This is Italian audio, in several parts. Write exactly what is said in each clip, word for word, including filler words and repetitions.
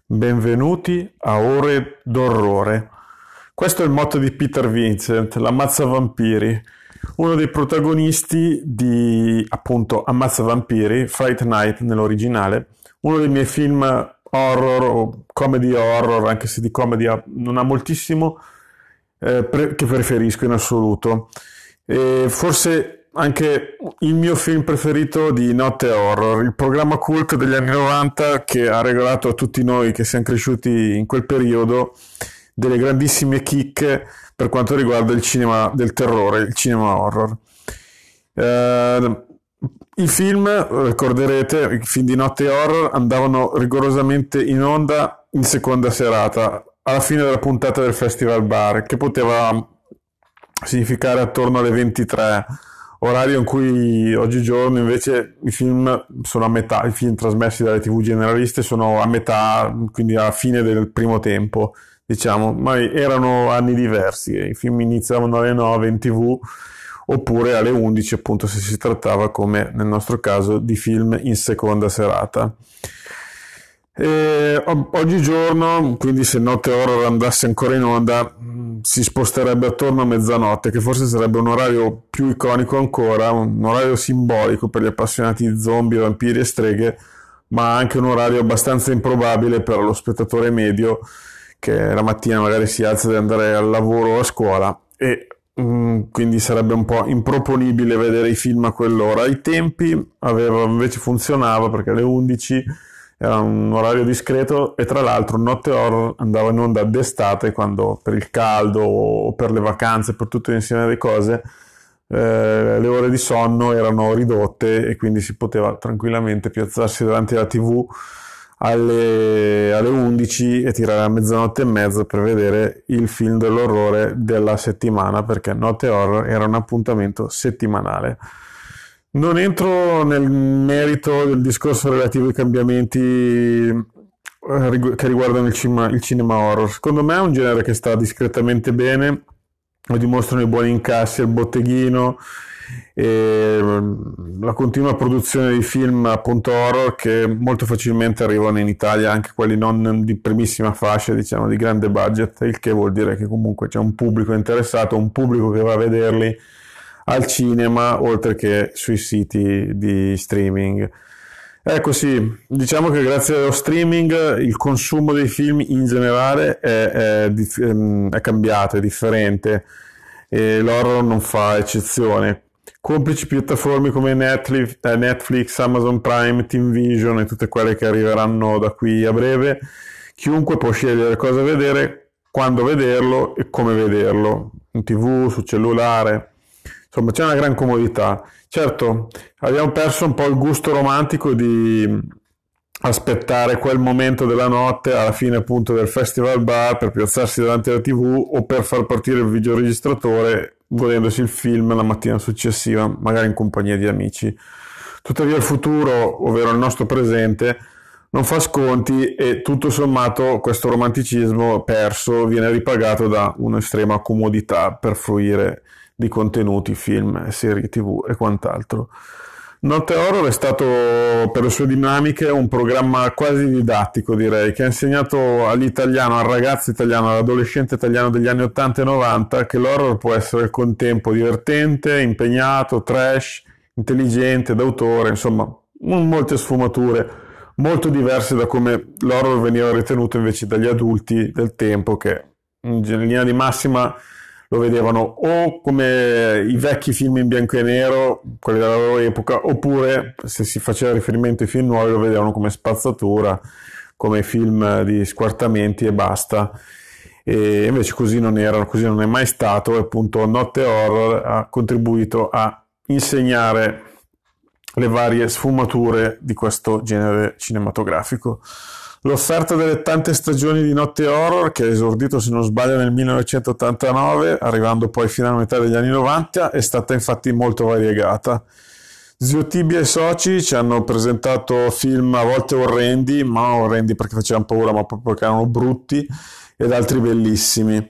Benvenuti a Ore d'Orrore. Questo è il motto di Peter Vincent, l'Ammazza Vampiri, uno dei protagonisti di, appunto, Ammazza Vampiri, Fright Night nell'originale, uno dei miei film horror o comedy horror, anche se di comedy non ha moltissimo, eh, pre- che preferisco in assoluto. E forse anche il mio film preferito di notte horror, il programma cult degli anni novanta che ha regalato a tutti noi che siamo cresciuti in quel periodo delle grandissime chicche per quanto riguarda il cinema del terrore, il cinema horror. Eh, I film, ricorderete, i film di notte horror andavano rigorosamente in onda in seconda serata, alla fine della puntata del Festival Bar, che poteva significare attorno alle ventitré, orario in cui oggigiorno invece i film sono a metà, i film trasmessi dalle tivù generaliste sono a metà, quindi alla fine del primo tempo, diciamo, ma erano anni diversi, i film iniziavano alle nove in tivù oppure alle undici, appunto, se si trattava, come nel nostro caso, di film in seconda serata. E oggigiorno, quindi, se Notte Horror andasse ancora in onda, si sposterebbe attorno a mezzanotte, che forse sarebbe un orario più iconico ancora, un orario simbolico per gli appassionati di zombie, vampiri e streghe, ma anche un orario abbastanza improbabile per lo spettatore medio che la mattina magari si alza di andare al lavoro o a scuola, e mm, quindi sarebbe un po' improponibile vedere i film a quell'ora. Ai tempi aveva, invece funzionava, perché alle undici era un orario discreto, e tra l'altro Notte Horror andava in onda d'estate, quando per il caldo o per le vacanze, per tutto l'insieme delle cose, eh, le ore di sonno erano ridotte e quindi si poteva tranquillamente piazzarsi davanti alla tivù alle, alle undici e tirare a mezzanotte e mezza per vedere il film dell'orrore della settimana, perché Notte Horror era un appuntamento settimanale. Non entro nel merito del discorso relativo ai cambiamenti che riguardano il cinema, il cinema horror. Secondo me è un genere che sta discretamente bene, lo dimostrano i buoni incassi, il botteghino e la continua produzione di film, appunto, horror, che molto facilmente arrivano in Italia, anche quelli non di primissima fascia, diciamo di grande budget, il che vuol dire che comunque c'è un pubblico interessato, un pubblico che va a vederli al cinema oltre che sui siti di streaming. Ecco, sì, diciamo che grazie allo streaming il consumo dei film in generale è, è, è cambiato, è differente, e l'horror non fa eccezione. Complici piattaforme come Netflix, Netflix, Amazon Prime, Team Vision e tutte quelle che arriveranno da qui a breve, chiunque può scegliere cosa vedere, quando vederlo e come vederlo, in tivù, sul cellulare. Insomma, c'è una gran comodità. Certo, abbiamo perso un po' il gusto romantico di aspettare quel momento della notte alla fine, appunto, del Festival Bar per piazzarsi davanti alla tivù o per far partire il videoregistratore godendosi il film la mattina successiva, magari in compagnia di amici. Tuttavia il futuro, ovvero il nostro presente, non fa sconti, e tutto sommato questo romanticismo perso viene ripagato da un'estrema comodità per fruire di contenuti, film, serie tivù e quant'altro. Notte Horror è stato, per le sue dinamiche, un programma quasi didattico, direi, che ha insegnato all'italiano, al ragazzo italiano, all'adolescente italiano degli anni ottanta e novanta che l'horror può essere al contempo divertente, impegnato, trash, intelligente, d'autore, insomma, molte sfumature molto diverse da come l'horror veniva ritenuto invece dagli adulti del tempo, che in linea di massima lo vedevano o come i vecchi film in bianco e nero, quelli della loro epoca, oppure, se si faceva riferimento ai film nuovi, lo vedevano come spazzatura, come film di squartamenti e basta. E invece così non era, così non è mai stato, e appunto Notte Horror ha contribuito a insegnare le varie sfumature di questo genere cinematografico. L'offerta delle tante stagioni di Notte Horror, che è esordito, se non sbaglio, nel millenovecentottantanove, arrivando poi fino alla metà degli anni novanta, è stata infatti molto variegata. Zio Tibia e soci ci hanno presentato film a volte orrendi, ma non orrendi perché facevano paura, ma proprio perché erano brutti, ed altri bellissimi.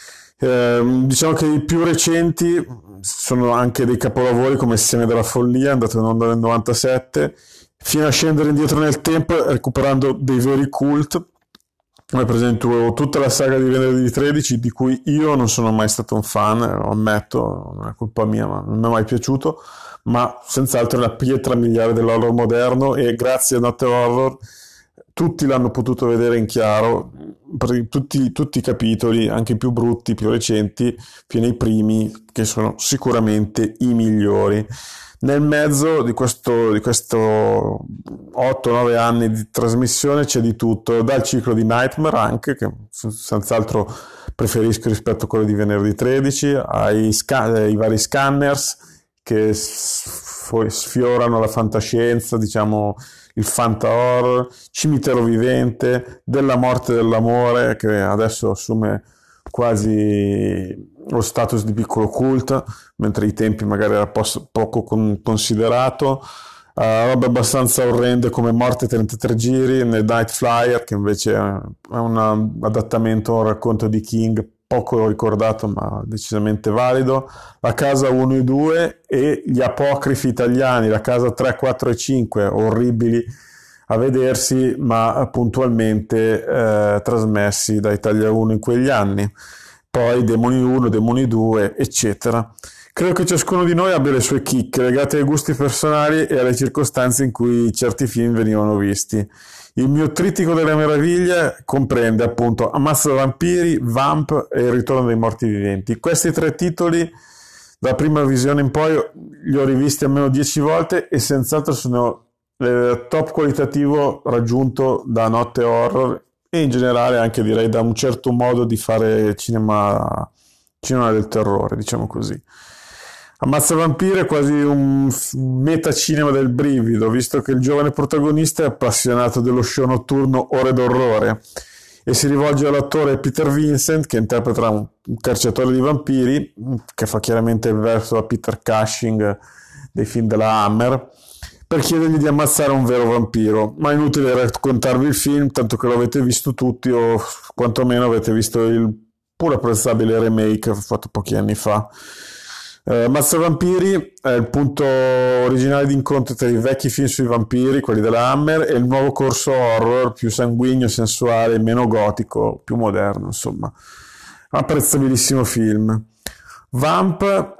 Eh, diciamo che i più recenti sono anche dei capolavori come Scene della follia, andato in onda nel novantasette, fino a scendere indietro nel tempo recuperando dei veri cult Come per esempio tutta la saga di Venerdì tredici, di cui io non sono mai stato un fan, lo ammetto, non è colpa mia, ma non mi è mai piaciuto, ma senz'altro è la pietra miliare dell'horror moderno e grazie a Notte Horror tutti l'hanno potuto vedere in chiaro, per tutti, tutti i capitoli, anche i più brutti, più recenti, fino ai primi, che sono sicuramente i migliori. Nel mezzo di questo, di questo otto nove anni di trasmissione c'è di tutto, dal ciclo di Nightmare anche, che senz'altro preferisco rispetto a quello di Venerdì tredici, ai, sca- ai vari scanners che sfiorano la fantascienza, diciamo il fanta horror, Cimitero vivente, Della morte e dell'amore, che adesso assume quasi lo status di piccolo cult, mentre ai tempi magari era pos- poco con- considerato. Uh, robe abbastanza orrende come Morte trentatré giri nel Night Flyer, che invece è un adattamento a un racconto di King poco ricordato ma decisamente valido. La casa uno e due e gli apocrifi italiani, la casa tre, quattro e cinque, orribili a vedersi ma puntualmente eh, trasmessi da Italia uno in quegli anni. Poi Demoni uno, Demoni due, eccetera. Credo che ciascuno di noi abbia le sue chicche legate ai gusti personali e alle circostanze in cui certi film venivano visti. Il mio trittico delle meraviglie comprende appunto Ammazza vampiri, Vamp e Il ritorno dei morti viventi. Questi tre titoli, da prima visione in poi, li ho rivisti almeno dieci volte e senz'altro sono il top qualitativo raggiunto da Notte Horror e in generale anche direi da un certo modo di fare cinema, cinema del terrore, diciamo così. Ammazza vampiri è quasi un metacinema del brivido, visto che il giovane protagonista è appassionato dello show notturno Ore d'orrore e si rivolge all'attore Peter Vincent, che interpreta un cacciatore di vampiri, che fa chiaramente il verso a Peter Cushing dei film della Hammer, per chiedergli di ammazzare un vero vampiro. Ma è inutile raccontarvi il film, tanto che lo avete visto tutti o quantomeno avete visto il pur apprezzabile remake fatto pochi anni fa. Uh, Ammazza vampiri è il punto originale di incontro tra i vecchi film sui vampiri, quelli della Hammer, e il nuovo corso horror più sanguigno, sensuale, meno gotico, più moderno, insomma. Apprezzabilissimo film. Vamp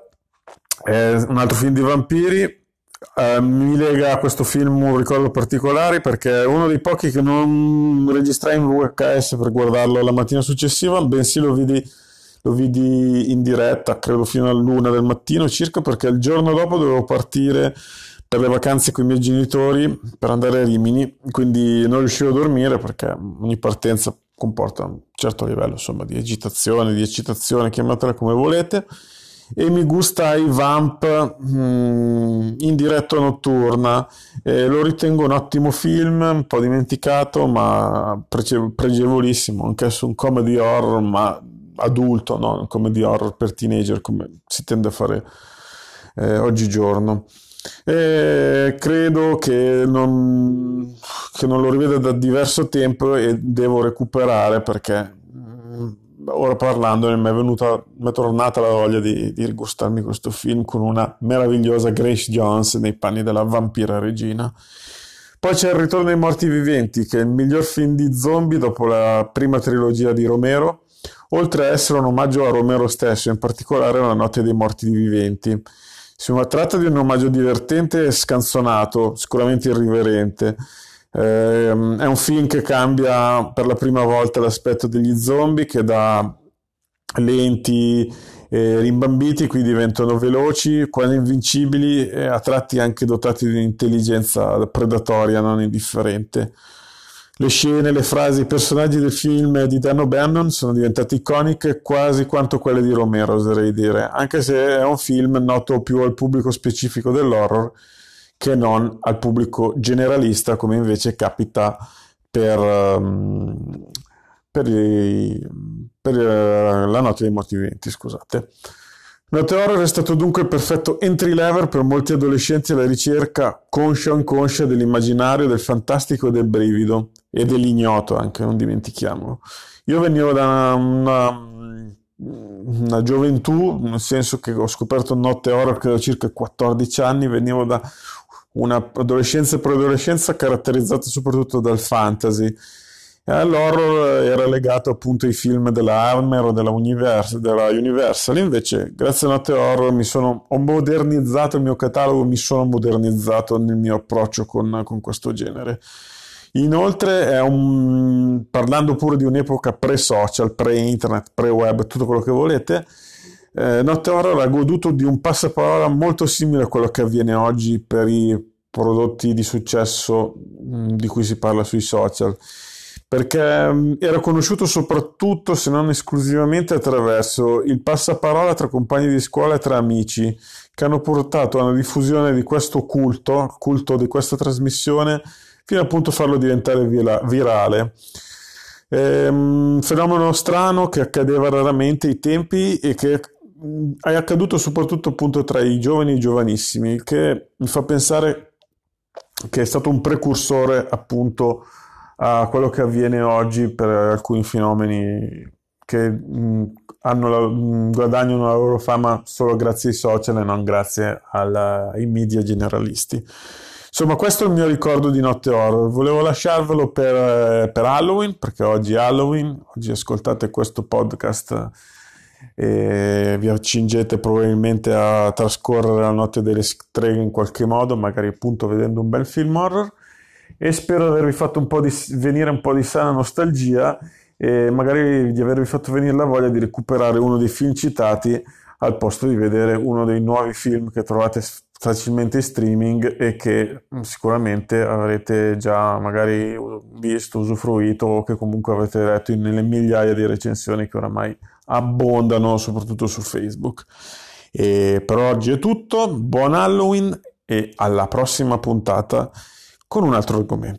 è un altro film di vampiri. Uh, mi lega a questo film un ricordo particolare perché è uno dei pochi che non registrai in V H S per guardarlo la mattina successiva, bensì lo vidi lo vidi in diretta, credo fino all'una del mattino circa, perché il giorno dopo dovevo partire per le vacanze con i miei genitori per andare a Rimini, quindi non riuscivo a dormire perché ogni partenza comporta un certo livello, insomma, di agitazione, di eccitazione, chiamatela come volete, e mi gustai Vamp mh, in diretta notturna. E lo ritengo un ottimo film, un po' dimenticato ma prege- pregevolissimo, anche un comedy horror ma adulto, no? Un comedy horror per teenager come si tende a fare eh, oggigiorno. E credo che non, che non lo riveda da diverso tempo e devo recuperare perché mh, ora parlandone mi è venuta, mi è tornata la voglia di, di rigustarmi questo film con una meravigliosa Grace Jones nei panni della vampira regina. Poi c'è Il ritorno dei morti viventi, che è il miglior film di zombie dopo la prima trilogia di Romero, oltre a essere un omaggio a Romero stesso, in particolare La notte dei morti viventi. Si tratta di un omaggio divertente e scanzonato, sicuramente irriverente. Eh, è un film che cambia per la prima volta l'aspetto degli zombie, che da lenti e rimbambiti qui diventano veloci, quasi invincibili e a tratti anche dotati di un'intelligenza predatoria non indifferente. Le scene, le frasi, i personaggi del film di Dan O'Bannon sono diventate iconiche quasi quanto quelle di Romero, oserei dire, anche se è un film noto più al pubblico specifico dell'horror che non al pubblico generalista, come invece capita per, um, per, i, per uh, La notte dei morti viventi, scusate. Notte Horror è stato dunque il perfetto entry level per molti adolescenti alla ricerca, conscia o inconscia, dell'immaginario, del fantastico e del brivido, e dell'ignoto anche, non dimentichiamolo. Io venivo da una, una gioventù, nel senso che ho scoperto Notte Horror che avevo circa quattordici anni, venivo da una adolescenza e preadolescenza caratterizzata soprattutto dal fantasy, E all'horror era legato appunto ai film della Hammer o della, Univers- della Universal. Invece, grazie a Notte Horror, mi sono, ho modernizzato il mio catalogo, mi sono modernizzato nel mio approccio con, con questo genere. Inoltre, è un, parlando pure di un'epoca pre-social, pre-internet, pre-web, tutto quello che volete, eh, Notte Horror ha goduto di un passaparola molto simile a quello che avviene oggi per i prodotti di successo mh, di cui si parla sui social, perché mh, era conosciuto soprattutto, se non esclusivamente, attraverso il passaparola tra compagni di scuola e tra amici, che hanno portato alla diffusione di questo culto, culto di questa trasmissione, fino appunto a farlo diventare vira- virale. È un fenomeno strano che accadeva raramente ai tempi e che mh, è accaduto soprattutto appunto tra i giovani e i giovanissimi, il che mi fa pensare che è stato un precursore appunto a quello che avviene oggi per alcuni fenomeni che mh, hanno la, mh, guadagnano la loro fama solo grazie ai social e non grazie alla- ai media generalisti. Insomma, questo è il mio ricordo di Notte Horror. Volevo lasciarvelo per, eh, per Halloween, perché oggi è Halloween, oggi ascoltate questo podcast e vi accingete probabilmente a trascorrere la notte delle streghe in qualche modo, magari appunto vedendo un bel film horror. E spero di avervi fatto un po' di, venire un po' di sana nostalgia e magari di avervi fatto venire la voglia di recuperare uno dei film citati al posto di vedere uno dei nuovi film che trovate facilmente in streaming e che sicuramente avrete già magari visto, usufruito o che comunque avete letto nelle migliaia di recensioni che oramai abbondano soprattutto su Facebook. E per oggi è tutto, buon Halloween e alla prossima puntata con un altro argomento.